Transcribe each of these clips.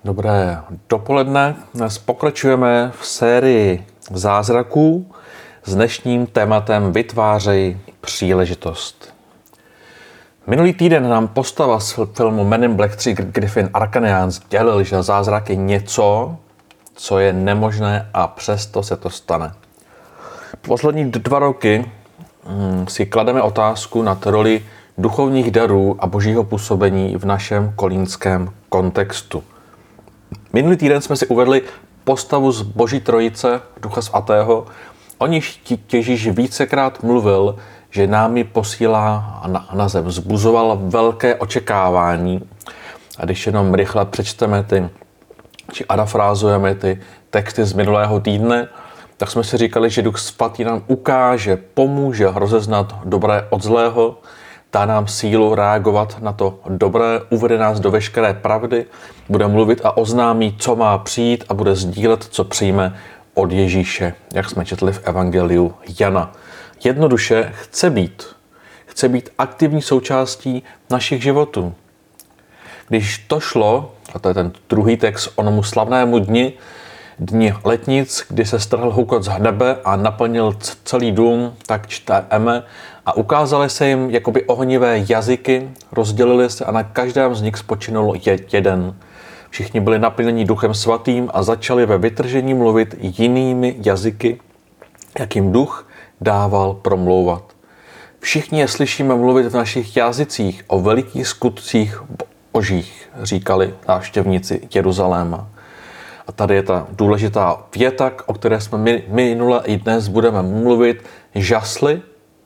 Dobré dopoledne. Dnes pokračujeme v sérii zázraků s dnešním tématem Vytvářej příležitost. Minulý týden nám postava z filmu Men in Black 3 Griffin Arkanian sdělil, že zázrak je něco, co je nemožné a přesto se to stane. Poslední 2 roky si klademe otázku nad roli duchovních darů a božího působení v našem kolínském kontextu. Minulý týden jsme si uvedli postavu z Boží trojice, Ducha Svatého, o níž Ježíš vícekrát mluvil, že námi posílá na zem, vzbuzoval velké očekávání. A když jenom rychle přečteme či parafrázujeme ty texty z minulého týdne, tak jsme si říkali, že Duch Svatý nám ukáže, pomůže rozeznat dobré od zlého, dá nám sílu reagovat na to dobré, uvede nás do veškeré pravdy, bude mluvit a oznámí, co má přijít a bude sdílet, co přijme od Ježíše, jak jsme četli v Evangeliu Jana. Jednoduše chce být aktivní součástí našich životů. Když to šlo, a to je ten druhý text, onomu slavnému dni letnic, kdy se strhl hukot z nebe a naplnil celý dům, tak čteme, a ukázaly se jim jakoby ohnivé jazyky, rozdělili se a na každém z nich spočinul jeden. Všichni byli naplněni Duchem Svatým a začali ve vytržení mluvit jinými jazyky, jak jim Duch dával promlouvat. Všichni je slyšíme mluvit v našich jazycích o velikých skutcích božích, říkali návštěvníci Jeruzaléma. A tady je ta důležitá věta, o které jsme minule i dnes budeme mluvit, žasli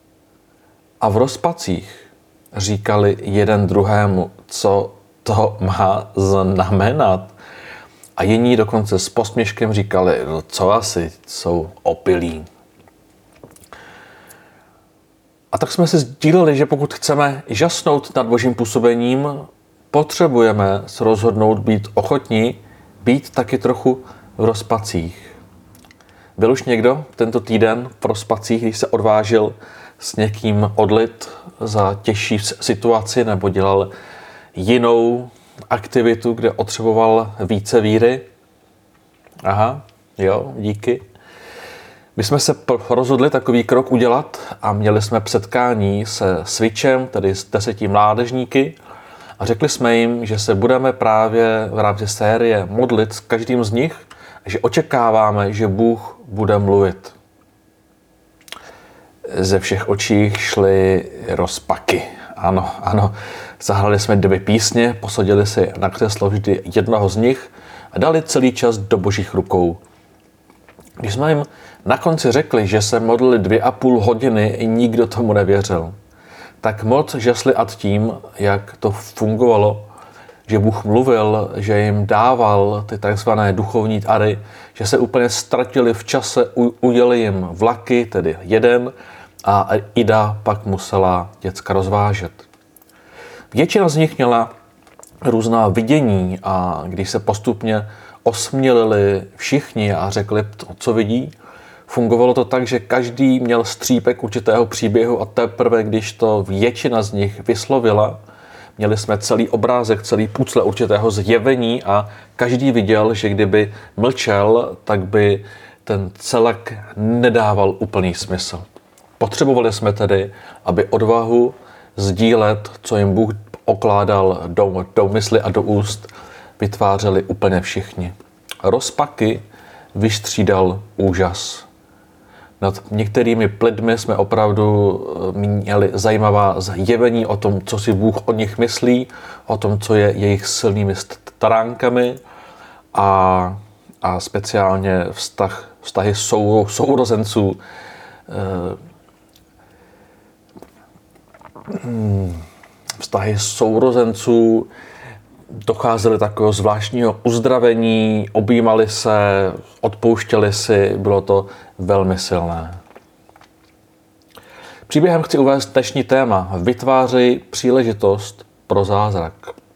a v rozpacích říkali jeden druhému, co to má znamenat. A jiní dokonce s posměškem říkali, no co asi, jsou opilí. A tak jsme si sdíleli, že pokud chceme žasnout nad božím působením, potřebujeme se rozhodnout být ochotní, být taky trochu v rozpacích. Byl už někdo tento týden v rozpacích, když se odvážil s někým odlit za těžší situaci nebo dělal jinou aktivitu, kde potřeboval více víry? Aha, jo, díky. My jsme se rozhodli takový krok udělat a měli jsme setkání se Switchem, tedy s 10 mládežníky, a řekli jsme jim, že se budeme právě v rámci série modlit s každým z nich, že očekáváme, že Bůh bude mluvit. Ze všech očí šly rozpaky. Ano. Zahrali jsme 2 písně, posadili si na křeslo vždy jednoho z nich a dali celý čas do božích rukou. Když jsme jim na konci řekli, že se modlili 2,5 hodiny, nikdo tomu nevěřil. Tak moc žasli nad tím, jak to fungovalo, že Bůh mluvil, že jim dával ty takzvané duchovní dary, že se úplně ztratili v čase, ujeli jim vlaky, tedy jeden, a Ida pak musela děcka rozvážet. Většina z nich měla různá vidění a když se postupně osmělili všichni a řekli, co vidí, fungovalo to tak, že každý měl střípek určitého příběhu a teprve, když to většina z nich vyslovila, měli jsme celý obrázek, celý pucle určitého zjevení a každý viděl, že kdyby mlčel, tak by ten celek nedával úplný smysl. Potřebovali jsme tedy, aby odvahu sdílet, co jim Bůh okládal do mysli a do úst, vytvářeli úplně všichni. Rozpaky vystřídal úžas. Nad některými lidmi jsme opravdu měli zajímavá zjevení o tom, co si Bůh od nich myslí, o tom, co je jejich silnými stránkami a speciálně vztahy sourozenců. Vztahy sourozenců docházely takového zvláštního uzdravení, objímali se, odpouštěli si, bylo to velmi silné. Příběhem chci uvést dnešní téma. Vytvářej příležitost pro zázrak.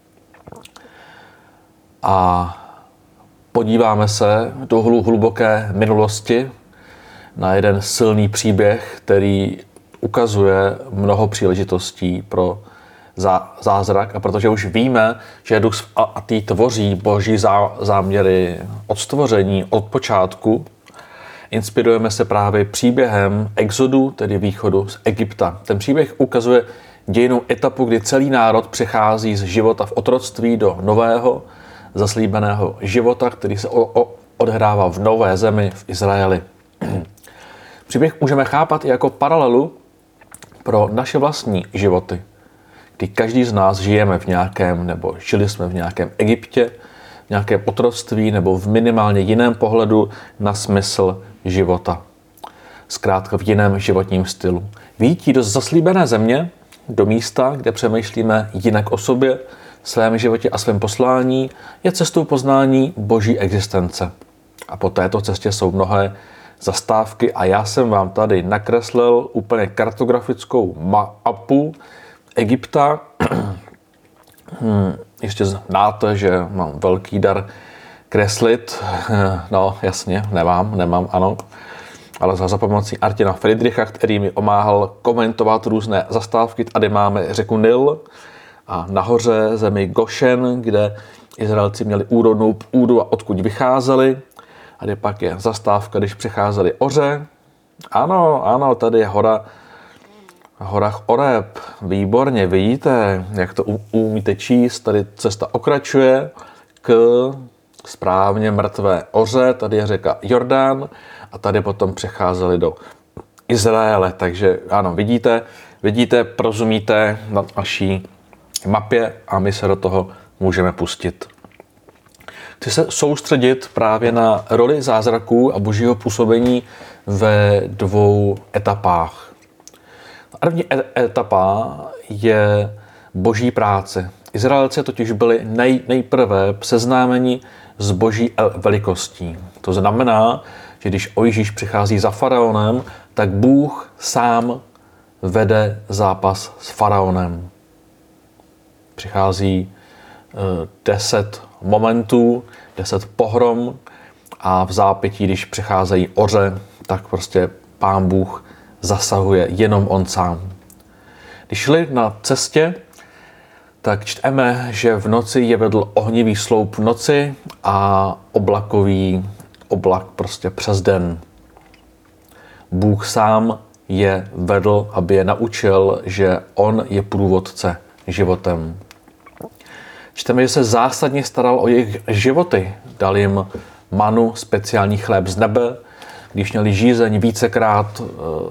A podíváme se do hluboké minulosti na jeden silný příběh, který ukazuje mnoho příležitostí pro zázrak a protože už víme, že Duch Svatý tvoří boží záměry od stvoření, od počátku, inspirujeme se právě příběhem exodu, tedy východu z Egypta. Ten příběh ukazuje dějinnou etapu, kdy celý národ přechází z života v otroctví do nového, zaslíbeného života, který se odehrává v nové zemi v Izraeli. Příběh můžeme chápat i jako paralelu pro naše vlastní životy, kdy každý z nás žijeme v nějakém, nebo žili jsme v nějakém Egyptě, v nějakém otroctví nebo v minimálně jiném pohledu na smysl života. Zkrátka v jiném životním stylu. Výjití do zaslíbené země, do místa, kde přemýšlíme jinak o sobě, svém životě a svém poslání, je cestou poznání boží existence. A po této cestě jsou mnohé zastávky a já jsem vám tady nakreslil úplně kartografickou mapu Egypta. Ještě znáte, že mám velký dar kreslit. No jasně, nemám, ano. Ale za pomocí Artina Friedricha, který mi pomáhal komentovat různé zastávky. Tady máme řeku Nil a nahoře zemi Gošen, kde Izraelci měli úrodnou půdu a odkud vycházeli. A kde pak je zastávka, když přecházeli Oře. Ano, tady je horách Oreb. Výborně, vidíte, jak to umíte číst. Tady cesta okračuje k správně mrtvé Oře. Tady je řeka Jordán a tady potom přecházeli do Izraele. Takže ano, vidíte, porozumíte na naší mapě a my se do toho můžeme pustit. Chci se soustředit právě na roli zázraků a božího působení ve dvou etapách. První etapa je boží práce. Izraelci totiž byli nejprve seznámeni s boží velikostí. To znamená, že když Mojžíš přichází za faraonem, tak Bůh sám vede zápas s faraonem. Přichází 10 momentů, 10 pohrom a v zápětí, když přicházejí Oře, tak prostě Pán Bůh zasahuje, jenom on sám. Když šli na cestě, tak čteme, že v noci je vedl ohnivý sloup noci a oblakový oblak prostě přes den. Bůh sám je vedl, aby je naučil, že on je průvodce životem. Čteme, že se zásadně staral o jejich životy. Dal jim manu, speciální chléb z nebe. Když měli žízeň, vícekrát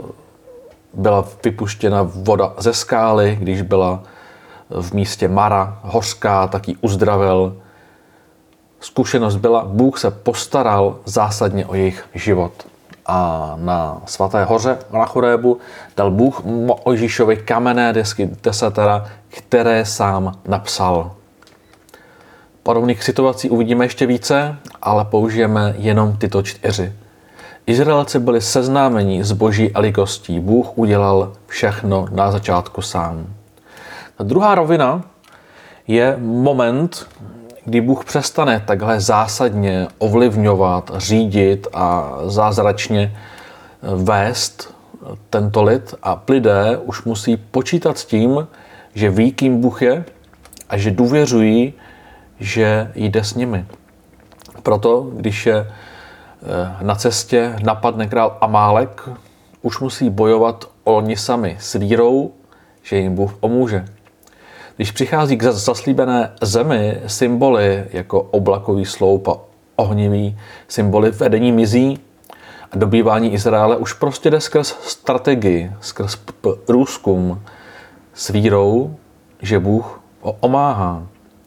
byla vypuštěna voda ze skály. Když byla v místě Mara hořká, tak ji uzdravil. Zkušenost byla, Bůh se postaral zásadně o jejich život. A na svaté hoře na Chorébu dal Bůh Mojžíšovi kamenné desky desatera, které sám napsal. Podobných situací uvidíme ještě více, ale použijeme jenom tyto 4. Izraelci byli seznámeni s boží velikostí. Bůh udělal všechno na začátku sám. A druhá rovina je moment, kdy Bůh přestane takhle zásadně ovlivňovat, řídit a zázračně vést tento lid a lidé už musí počítat s tím, že ví, kým Bůh je a že důvěřují, že jde s nimi. Proto, když je na cestě napadne král Amálek, už musí bojovat oni sami s vírou, že jim Bůh pomůže. Když přichází k zaslíbené zemi, symboly jako oblakový sloup a ohnivý, symboly vedení mizí a dobývání Izraele už prostě jde skrz strategii, skrz průzkum s vírou, že Bůh ho omáhá.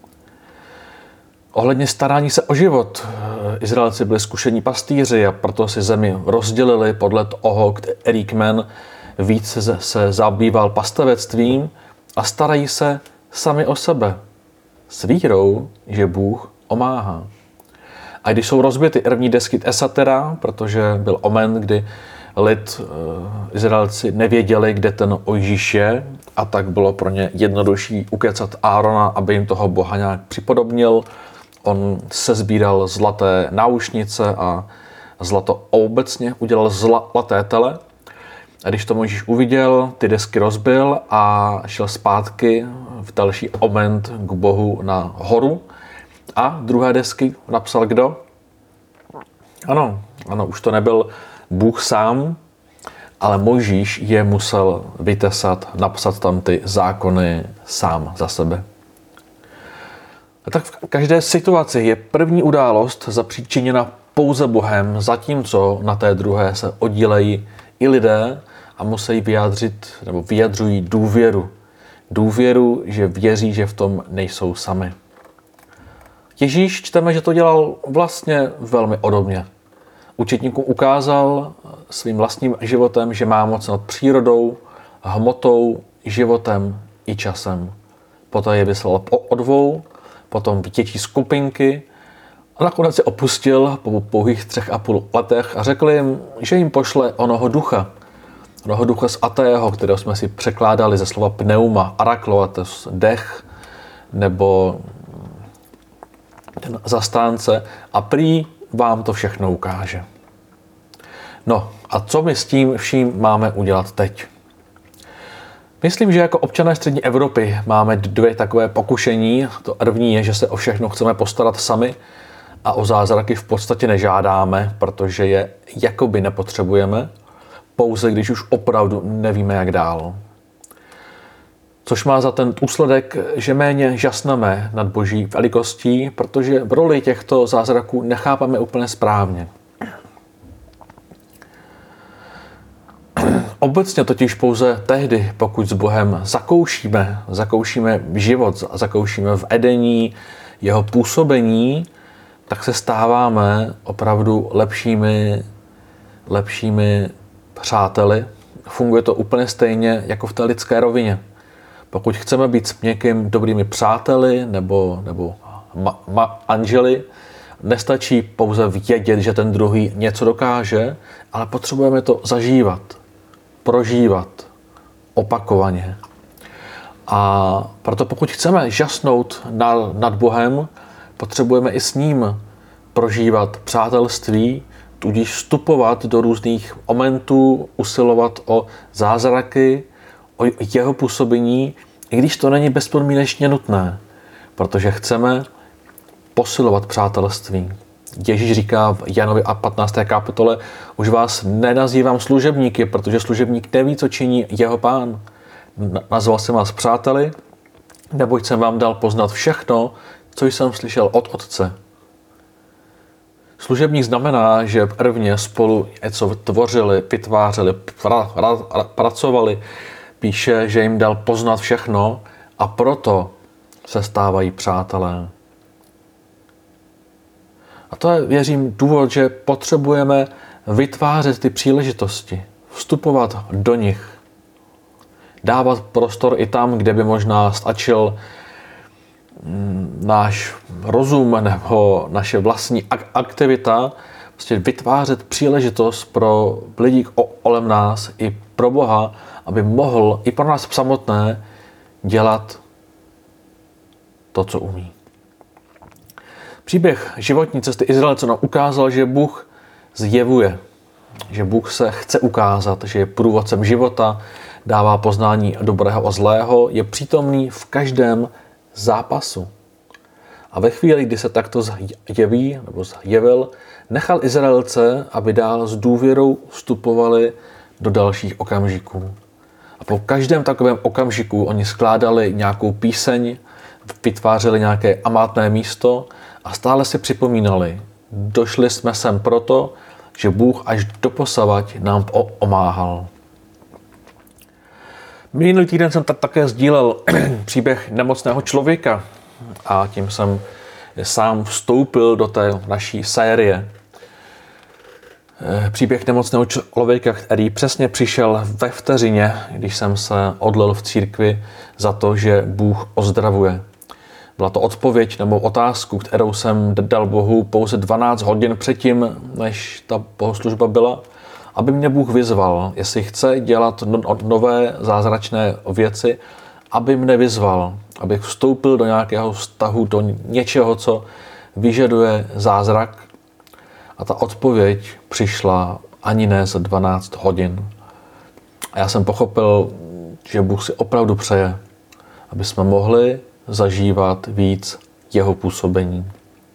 Ohledně starání se o život. Izraelci byli zkušení pastýři a proto si zemi rozdělili podle toho, který kmen víc se zabýval pastevectvím a starají se sami o sebe. S vírou, že Bůh omáhá. A když jsou rozbity první desky Esatera, protože byl omen, kdy lid Izraelci nevěděli, kde ten Mojžíš je, a tak bylo pro ně jednodušší ukecat Árona, aby jim toho Boha nějak připodobnil. On se sbíral zlaté náušnice a zlato obecně, udělal zlaté tele. A když to Mojžíš uviděl, ty desky rozbil a šel zpátky v další moment k Bohu na horu. A druhé desky napsal kdo? Ano, už to nebyl Bůh sám, ale Mojžíš je musel vytesat, napsat tam ty zákony sám za sebe. A tak v každé situaci je první událost zapříčiněna pouze Bohem, zatímco na té druhé se oddílejí i lidé a musí vyjadřují důvěru. Důvěru, že věří, že v tom nejsou sami. Ježíš čteme, že to dělal vlastně velmi podobně. Učedníkům ukázal svým vlastním životem, že má moc nad přírodou, hmotou, životem i časem. Poté je vyslal o dvou, potom větší skupinky a nakonec je opustil po pouhých 3,5 letech a řekl jim, že jim pošle onoho ducha z Atého, kterého jsme si překládali ze slova pneuma, arakletos, dech, nebo ten zastánce a prý vám to všechno ukáže. No a co my s tím vším máme udělat teď? Myslím, že jako občané střední Evropy máme 2 takové pokušení. To první je, že se o všechno chceme postarat sami a o zázraky v podstatě nežádáme, protože je jakoby nepotřebujeme, pouze když už opravdu nevíme, jak dál. Což má za ten důsledek, že méně žasneme nad Boží velikostí, protože v roli těchto zázraků nechápeme úplně správně. Obecně totiž pouze tehdy, pokud s Bohem zakoušíme život, zakoušíme v edení, jeho působení, tak se stáváme opravdu lepšími přáteli. Funguje to úplně stejně jako v té lidské rovině. Pokud chceme být s někým dobrými přáteli nebo anželi, nestačí pouze vědět, že ten druhý něco dokáže, ale potřebujeme to zažívat, prožívat opakovaně. A proto pokud chceme žasnout nad Bohem, potřebujeme i s ním prožívat přátelství, tudíž vstupovat do různých momentů, usilovat o zázraky, o jeho působení, i když to není bezpodmínečně nutné, protože chceme posilovat přátelství. Ježíš říká v Janovi 15. kapitole, už vás nenazývám služebníky, protože služebník neví, co činí jeho pán. Nazval jsem vás přáteli, neboť jsem vám dal poznat všechno, co jsem slyšel od Otce. Služebník znamená, že prvně spolu něco tvořili, vytvářeli, pracovali. Píše, že jim dal poznat všechno a proto se stávají přátelé. A to je, věřím, důvod, že potřebujeme vytvářet ty příležitosti, vstupovat do nich, dávat prostor i tam, kde by možná stačil náš rozum nebo naše vlastní aktivita, prostě vytvářet příležitost pro lidi kolem nás i pro Boha, aby mohl i pro nás samotné dělat to, co umí. Příběh životní cesty Izraelců nám ukázal, že Bůh zjevuje, že Bůh se chce ukázat, že je průvodcem života, dává poznání dobrého a zlého, je přítomný v každém zápasu. A ve chvíli, kdy se takto zjevil, nechal Izraelce, aby dál s důvěrou vstupovali do dalších okamžiků. A po každém takovém okamžiku oni skládali nějakou píseň, vytvářeli nějaké amátné místo a stále si připomínali, došli jsme sem proto, že Bůh až doposavať nám pomáhal. Minulý týden jsem také sdílel příběh nemocného člověka a tím jsem sám vstoupil do té naší série. Příběh nemocného člověka, který přesně přišel ve vteřině, když jsem se odlil v církvi za to, že Bůh ozdravuje. Byla to odpověď nebo otázku, kterou jsem dal Bohu pouze 12 hodin předtím, než ta bohoslužba byla, aby mě Bůh vyzval, jestli chce dělat nové zázračné věci, aby mne vyzval, abych vstoupil do nějakého vztahu, do něčeho, co vyžaduje zázrak. A ta odpověď přišla ani ne za 12 hodin. A já jsem pochopil, že Bůh si opravdu přeje, aby jsme mohli zažívat víc jeho působení.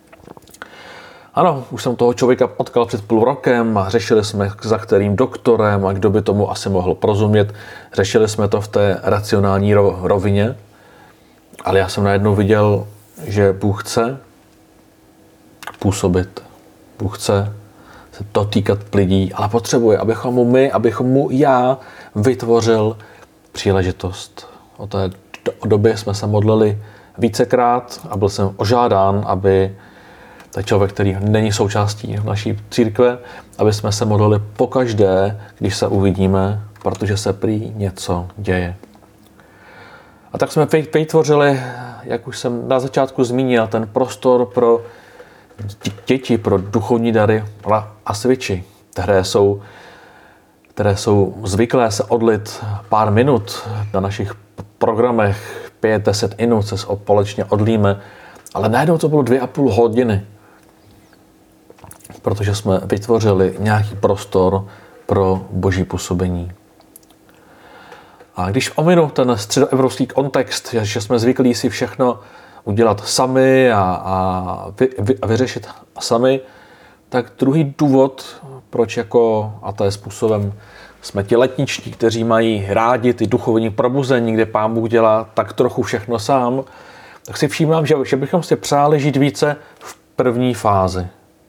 Ano, už jsem toho člověka potkal před půl rokem a řešili jsme, za kterým doktorem a kdo by tomu asi mohl porozumět. Řešili jsme to v té racionální rovině, ale já jsem najednou viděl, že Bůh chce působit. Bůh chce se dotýkat lidí, ale potřebuje, abychom mu já vytvořil příležitost. O té době jsme se modlili vícekrát a byl jsem ožádán, aby ten člověk, který není součástí naší církve, aby jsme se modlili pokaždé, když se uvidíme, protože se prý něco děje. A tak jsme vytvořili, jak už jsem na začátku zmínil, ten prostor pro děti, pro duchovní dary a switchy, které jsou zvyklé se odlit pár minut na našich programech, 5-10 minut se společně odlíme, ale najednou to bylo 2,5 hodiny, protože jsme vytvořili nějaký prostor pro boží působení. A když ominu ten středoevropský kontext, že jsme zvyklí si všechno udělat sami a vyřešit sami, tak druhý důvod, proč a to je způsobem, jsme ti letničtí, kteří mají rádi ty duchovní probuzení, kde Pán Bůh dělá tak trochu všechno sám, tak si všímám, že bychom si přáli žít více v první fázi.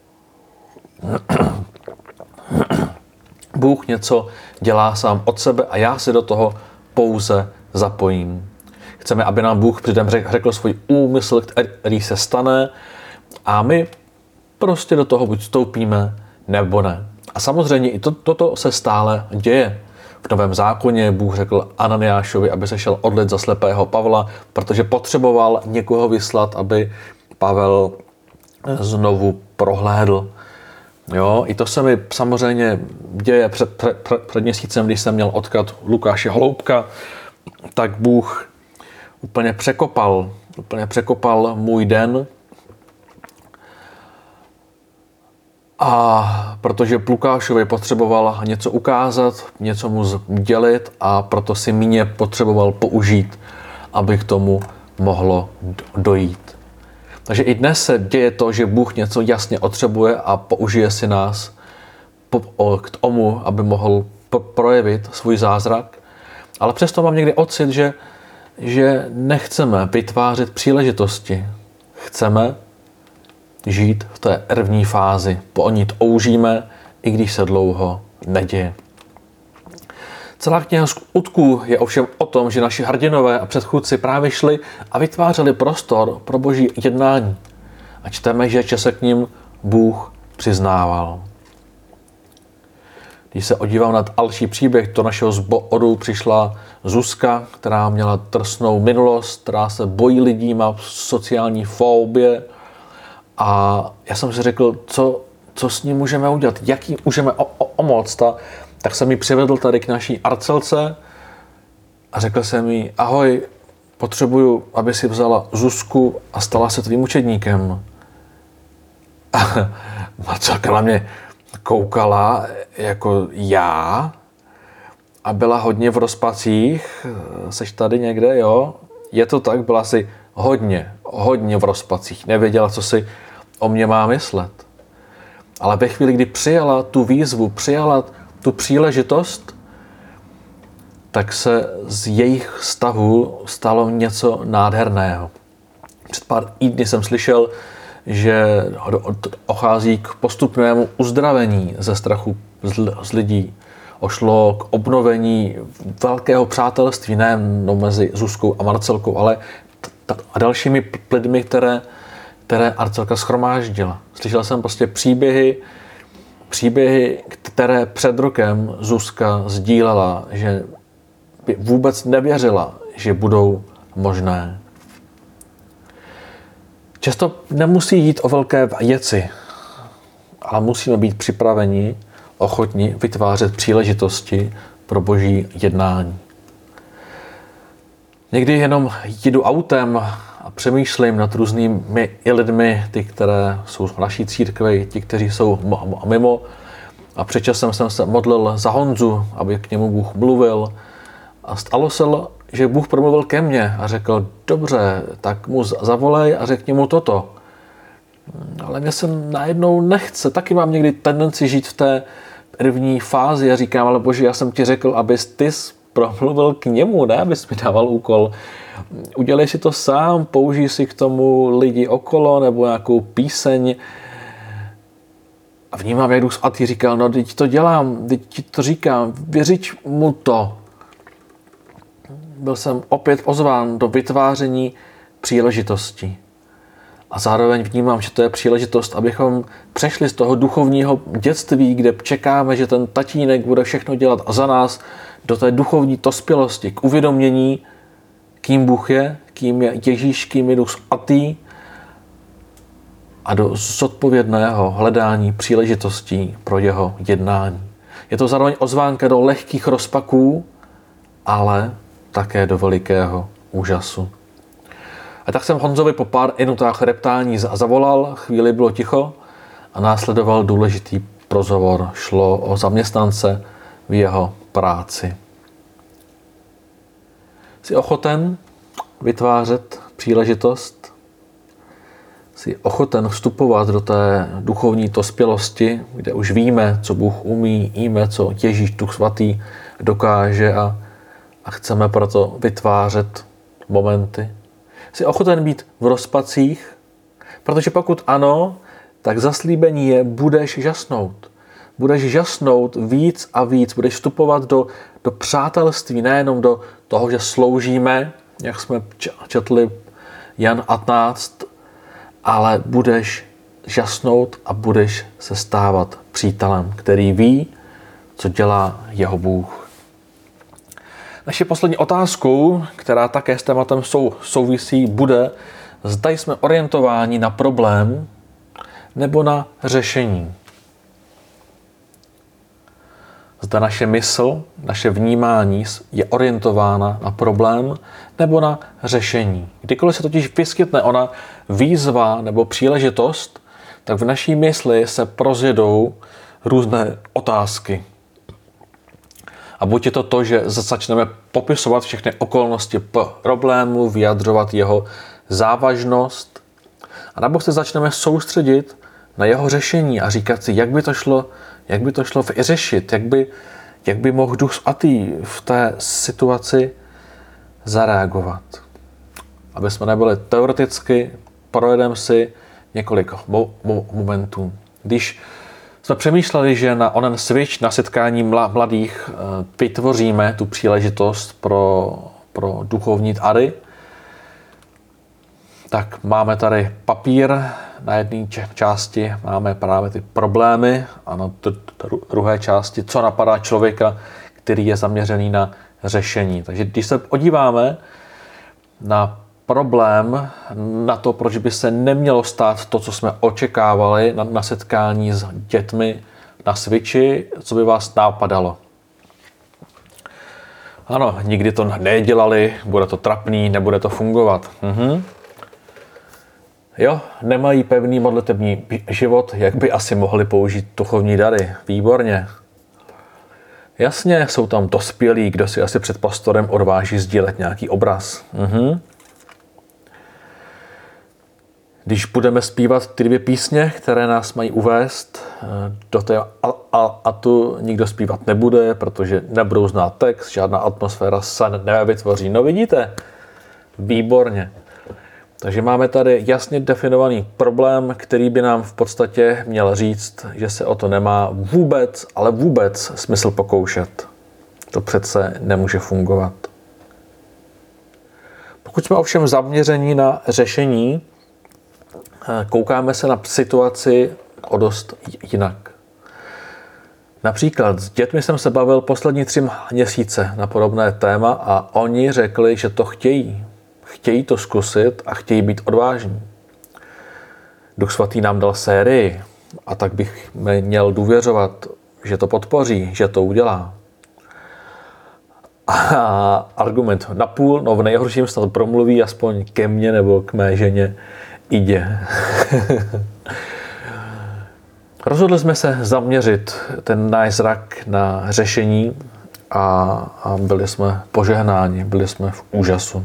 Bůh něco dělá sám od sebe a já si do toho pouze zapojím. Chceme, aby nám Bůh předem řekl svůj úmysl, který se stane a my prostě do toho buď vstoupíme, nebo ne. A samozřejmě i toto se stále děje. V Novém zákoně Bůh řekl Ananiášovi, aby se šel odlit za slepého Pavla, protože potřeboval někoho vyslat, aby Pavel znovu prohlédl. Jo, i to se mi samozřejmě děje před měsícem, když jsem měl odkud Lukáše Holoubka, tak Bůh úplně překopal můj den. A protože Lukášovi potřeboval něco ukázat, něco mu sdělit a proto si mě potřeboval použít, aby k tomu mohlo dojít. Takže i dnes se děje to, že Bůh něco jasně potřebuje a použije si nás k tomu, aby mohl projevit svůj zázrak. Ale přesto mám někdy pocit, že nechceme vytvářet příležitosti. Chceme žít v té první fázi. Po ní toužíme, i když se dlouho neděje. Celá kniha Skutků je ovšem o tom, že naši hrdinové a předchůdci právě šli a vytvářeli prostor pro boží jednání. A čteme, že se k ním Bůh přiznával. Když se odívám na další příběh, do našeho sboru přišla Zuzka, která měla drsnou minulost, která se bojí lidí, má sociální fobie. A já jsem si řekl, co s ním můžeme udělat, jak jí můžeme pomoct. Tak jsem ji přivedl tady k naší arcelce a řekl jsem jí, ahoj, potřebuju, aby si vzala Zuzku a stala se tvým učedníkem. A Marcelka na mě koukala jako já a byla hodně v rozpacích. Seš tady někde, jo? Je to tak, byla si hodně v rozpacích. Nevěděla, co si o mě má myslet. Ale ve chvíli, kdy přijala tu výzvu, přijala tu příležitost, tak se z jejich vztahu stalo něco nádherného. Před pár týdny jsem slyšel, že dochází k postupnému uzdravení ze strachu z lidí. Ošlo k obnovení velkého přátelství, nejen mezi Zuzkou a Marcelkou, ale a dalšími lidmi, které Marcelka shromáždila. Slyšel jsem prostě příběhy, které před rokem Zuzka sdílela, že by vůbec nevěřila, že budou možné. Často nemusí jít o velké věci, ale musíme být připraveni, ochotni vytvářet příležitosti pro boží jednání. Někdy jenom jedu autem a přemýšlím nad různými lidmi, ty, které jsou v naší církvi, ti, kteří jsou mimo. A před časem jsem se modlil za Honzu, aby k němu Bůh mluvil. A stalo se, že Bůh promluvil ke mně a řekl, dobře, tak mu zavolej a řekni mu toto. Ale mě se najednou nechce. Taky mám někdy tendenci žít v té první fázi a říkám, ale Bože, já jsem ti řekl, abys ty promluvil k němu, ne abys mi dával úkol. Udělej si to sám, použij si k tomu lidi okolo nebo nějakou píseň. A vnímám, jak Duch Svatý říkal, no teď to dělám, teď ti to říkám, věřič mu to. Byl jsem opět pozván do vytváření příležitostí. A zároveň vnímám, že to je příležitost, abychom přešli z toho duchovního dětství, kde čekáme, že ten tatínek bude všechno dělat a za nás, do té duchovní dospělosti, k uvědomění, kým Bůh je, kým je Ježíš, kým je Duch Svatý a do zodpovědného hledání příležitostí pro jeho jednání. Je to zároveň ozvánka do lehkých rozpaků, ale také do velikého úžasu. A tak jsem Honzovi po pár minutách reptání zavolal, chvíli bylo ticho a následoval důležitý rozhovor. Šlo o zaměstnance v jeho práci. Jsi ochoten vytvářet příležitost? Jsi ochoten vstupovat do té duchovní dospělosti, kde už víme, co Bůh umí, víme, co Ježíš Duch Svatý dokáže a chceme proto vytvářet momenty? Jsi ochoten být v rozpacích? Protože pokud ano, tak zaslíbení je, budeš žasnout. Budeš žasnout víc a víc. Budeš vstupovat do přátelství, nejenom do toho, že sloužíme, jak jsme četli Jan 15, ale budeš žasnout a budeš se stávat přítelem, který ví, co dělá jeho Bůh. Naše poslední otázkou, která také s tématem souvisí, bude, zda jsme orientováni na problém nebo na řešení. Zda naše mysl, naše vnímání je orientována na problém nebo na řešení. Kdykoliv se totiž vyskytne ona výzva nebo příležitost, tak v naší mysli se prozjedou různé otázky. A buď je to, že začneme popisovat všechny okolnosti problému, vyjadřovat jeho závažnost, anebo se začneme soustředit na jeho řešení a říkat si, jak by to šlo vyřešit, jak by mohl Duch Svatý v té situaci zareagovat. Aby jsme nebyli teoreticky, projedeme si několik momentů. Když jsme přemýšleli, že na onen switch, na setkání mladých vytvoříme tu příležitost pro duchovní dary, tak máme tady papír, na jedné části máme právě ty problémy a na druhé části, co napadá člověka, který je zaměřený na řešení. Takže když se podíváme na problém, na to, proč by se nemělo stát to, co jsme očekávali na setkání s dětmi na switchi, co by vás napadalo. Ano, nikdy to nedělali, bude to trapný, nebude to fungovat. Jo, nemají pevný modlitební život, jak by asi mohli použít duchovní dary. Výborně. Jasně, jsou tam dospělí, kdo si asi před pastorem odváží sdílet nějaký obraz. Když budeme zpívat ty 2 písně, které nás mají uvést do té tu nikdo zpívat nebude, protože nebudou znát text, žádná atmosféra se nevytvoří. No vidíte, výborně. Takže máme tady jasně definovaný problém, který by nám v podstatě měl říct, že se o to nemá vůbec, ale vůbec smysl pokoušet. To přece nemůže fungovat. Pokud jsme ovšem zaměření na řešení, koukáme se na situaci o dost jinak. Například s dětmi jsem se bavil poslední 3 měsíce na podobné téma a oni řekli, že to chtějí. Chtějí to zkusit a chtějí být odvážní. Duch Svatý nám dal sérii a tak bych měl důvěřovat, že to podpoří, že to udělá. A argument napůl, no v nejhorším snad promluví aspoň ke mně nebo k mé ženě, jde. Rozhodli jsme se zaměřit ten náš zrak na řešení a byli jsme požehnáni, byli jsme v úžasu.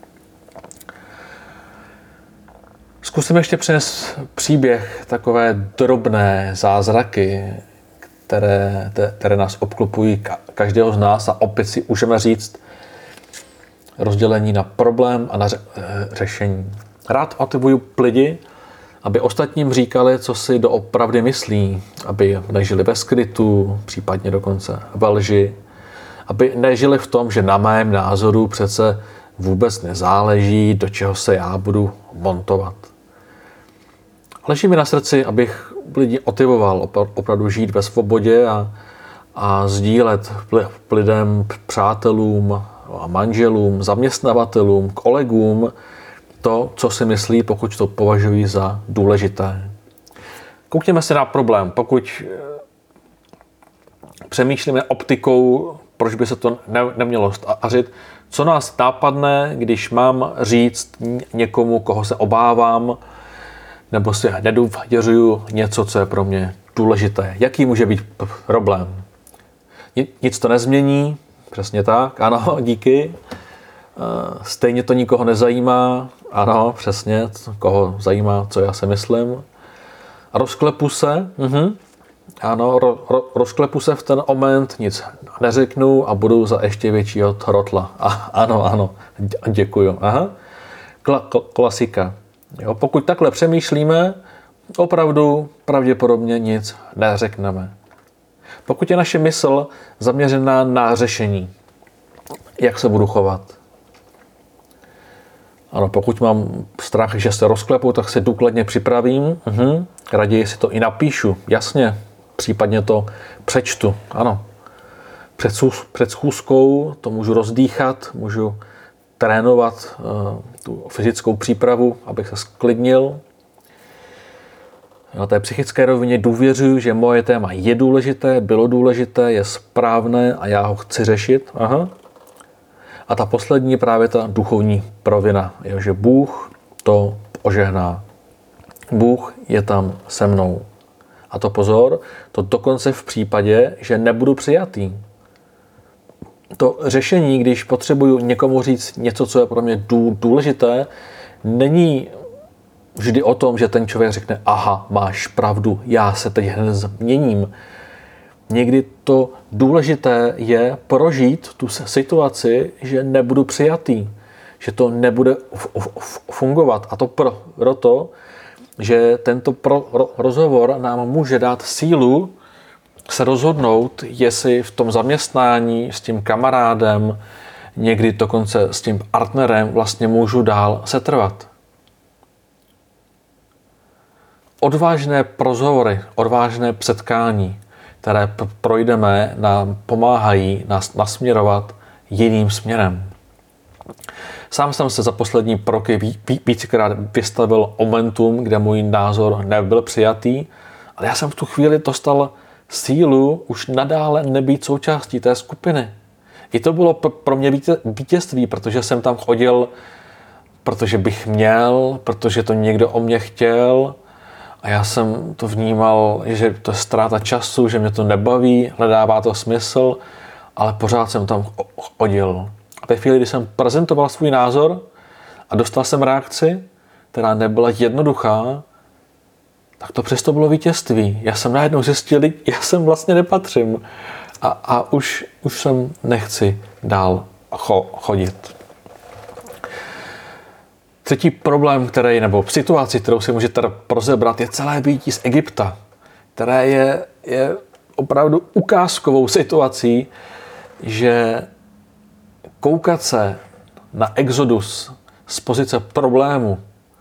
Zkusím ještě přinést příběh, takové drobné zázraky, které nás obklopují každého z nás, a opět si můžeme říct rozdělení na problém a na řešení. Rád motivuju lidi, aby ostatním říkali, co si doopravdy myslí, aby nežili ve skrytu, případně dokonce ve lži, aby nežili v tom, že na mém názoru přece vůbec nezáleží, do čeho se já budu montovat. Leží mi na srdci, abych lidi motivoval opravdu žít ve svobodě a sdílet lidem, přátelům a manželům, zaměstnavatelům, kolegům to, co si myslí, pokud to považují za důležité. Koukněme se na problém. Pokud přemýšlíme optikou, proč by se to nemělo stařit, co nás nápadne, když mám říct někomu, koho se obávám, nebo si nedůvěřuju něco, co je pro mě důležité. Jaký může být problém? Nic to nezmění, přesně tak, ano, díky. Stejně to nikoho nezajímá, ano, přesně, koho zajímá, co já si myslím. Rozklepu se, ano, rozklepu se v ten moment, nic neřeknu a budu za ještě většího trotla. Ano, děkuju. Aha. Klasika. Jo, pokud takhle přemýšlíme, opravdu pravděpodobně nic neřekneme. Pokud je naše mysl zaměřená na řešení, jak se budu chovat. Ano, pokud mám strach, že se rozklepu, tak se důkladně připravím. Raději si to i napíšu, jasně. Případně to přečtu, ano. Před schůzkou to můžu rozdýchat, můžu trénovat tu fyzickou přípravu, abych se sklidnil. Na té psychické rovině důvěřuji, že moje téma je důležité, bylo důležité, je správné a já ho chci řešit. Aha. A ta poslední je právě ta duchovní provina, že Bůh to požehná. Bůh je tam se mnou. A to pozor, to dokonce v případě, že nebudu přijatý. To řešení, když potřebuju někomu říct něco, co je pro mě důležité, není vždy o tom, že ten člověk řekne, aha, máš pravdu, já se teď hned změním. Někdy to důležité je prožít tu situaci, že nebudu přijatý, že to nebude fungovat. A to proto, že tento rozhovor nám může dát sílu se rozhodnout, jestli v tom zaměstnání s tím kamarádem, někdy dokonce s tím partnerem vlastně můžu dál setrvat. Odvážné rozhovory, odvážné setkání, které projdeme, nám pomáhají nás nasměrovat jiným směrem. Sám jsem se za poslední roky vícekrát vystavil momentům, kde můj názor nebyl přijatý, ale já jsem v tu chvíli dostal sílu už nadále nebýt součástí té skupiny. I to bylo pro mě vítězství, protože jsem tam chodil, protože bych měl, protože to někdo o mě chtěl a já jsem to vnímal, že to je ztráta času, že mě to nebaví, nedává to smysl, ale pořád jsem tam chodil. A ve chvíli, kdy jsem prezentoval svůj názor a dostal jsem reakci, která nebyla jednoduchá, tak to přesto bylo vítězství. Já jsem najednou zjistil, já sem vlastně nepatřím a už sem nechci dál chodit. Třetí problém, nebo situaci, kterou si můžete rozebrat, je celé vyjítí z Egypta, které je opravdu ukázkovou situací, že koukat se na Exodus z pozice problému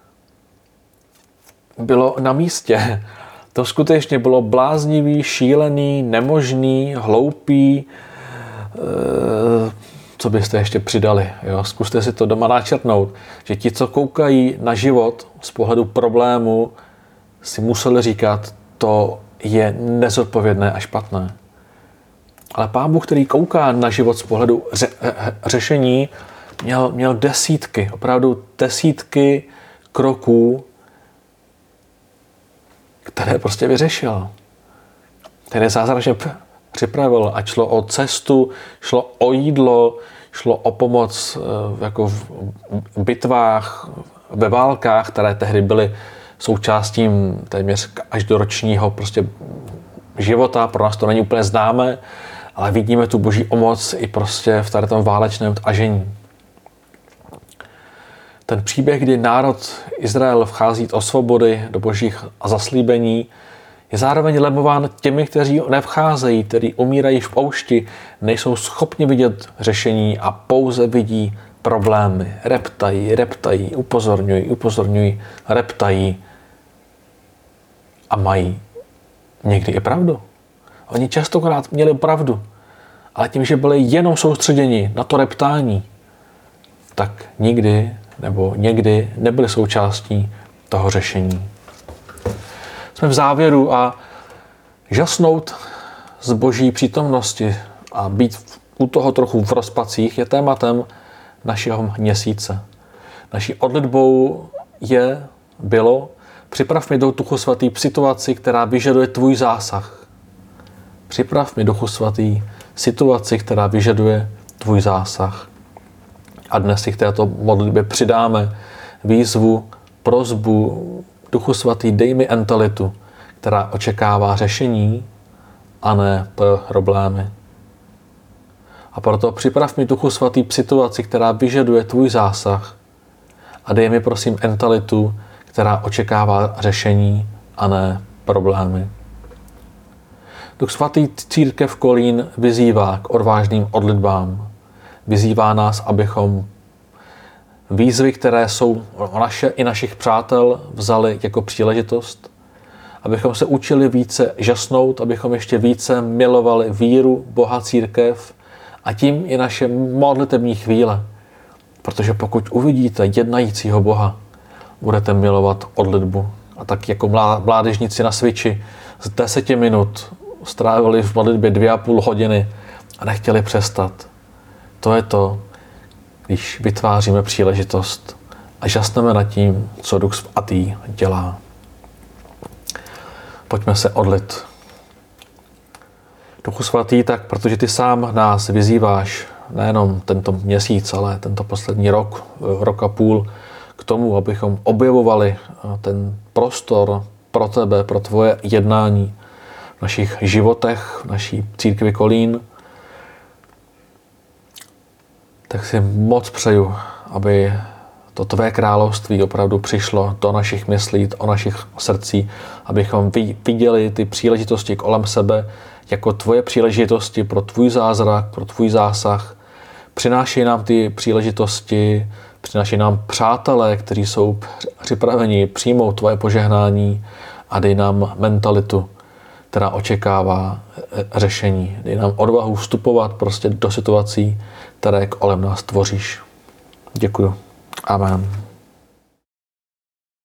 bylo na místě. To skutečně bylo bláznivý, šílený, nemožný, hloupý. Co byste ještě přidali? Jo? Zkuste si to doma načrtnout. Že ti, co koukají na život z pohledu problému, si museli říkat, to je nezodpovědné a špatné. Ale Pán Bůh, který kouká na život z pohledu řešení, měl desítky, opravdu desítky kroků, které prostě vyřešil. Které zázračně připravil, ať šlo o cestu, šlo o jídlo, šlo o pomoc jako v bitvách, ve válkách, které tehdy byly součástí téměř až do ročního prostě života. Pro nás to není úplně známé, ale vidíme tu boží pomoc i prostě v tady tom válečném tažení. Ten příběh, kdy národ Izrael vchází o svobody do božích zaslíbení, je zároveň lemován těmi, kteří nevcházejí, kteří umírají v poušti, nejsou schopni vidět řešení a pouze vidí problémy. Reptají, upozorňují, reptají a mají někdy i pravdu. Oni častokrát měli pravdu, ale tím, že byli jenom soustředěni na to reptání, tak nikdy nebo někdy nebyli součástí toho řešení. Jsme v závěru a žasnout z boží přítomnosti a být u toho trochu v rozpacích je tématem našeho měsíce. Naší odlitbou bylo připrav mi, Duchu Svatý, situaci, která vyžaduje tvůj zásah. Připrav mi, Duchu Svatý, situaci, která vyžaduje tvůj zásah. A dnes si k této modlitbě přidáme výzvu, prosbu, Duchu Svatý, dej mi entalitu, která očekává řešení a ne problémy. A proto připrav mi, Duchu Svatý, situaci, která vyžaduje tvůj zásah a dej mi, prosím, entalitu, která očekává řešení a ne problémy. Duch Svatý církev Kolín vyzývá k odvážným odlitbám. Vyzývá nás, abychom výzvy, které jsou naše i našich přátel, vzali jako příležitost, abychom se učili více žasnout, abychom ještě více milovali víru, Boha, církev a tím i naše modlitební chvíle. Protože pokud uvidíte jednajícího Boha, budete milovat odlitbu. A tak jako mládežníci na Switchi z 10 minut strávili v modlitbě 2,5 hodiny a nechtěli přestat. To je to, když vytváříme příležitost a žasneme nad tím, co Duch Svatý dělá. Pojďme se odlit. Duchu Svatý, tak protože ty sám nás vyzýváš nejenom tento měsíc, ale tento poslední rok a půl k tomu, abychom objevovali ten prostor pro tebe, pro tvoje jednání v našich životech, v naší církvi Kolín, tak si moc přeju, aby to tvé království opravdu přišlo do našich myslí, do našich srdcí, abychom viděli ty příležitosti kolem sebe jako tvoje příležitosti pro tvůj zázrak, pro tvůj zásah. Přinášej nám ty příležitosti, přinášej nám přátelé, kteří jsou připraveni přijmout tvoje požehnání a dej nám mentalitu, která očekává řešení. Dej nám odvahu vstupovat prostě do situací, které kolem nás tvoříš. Děkuju. Amen.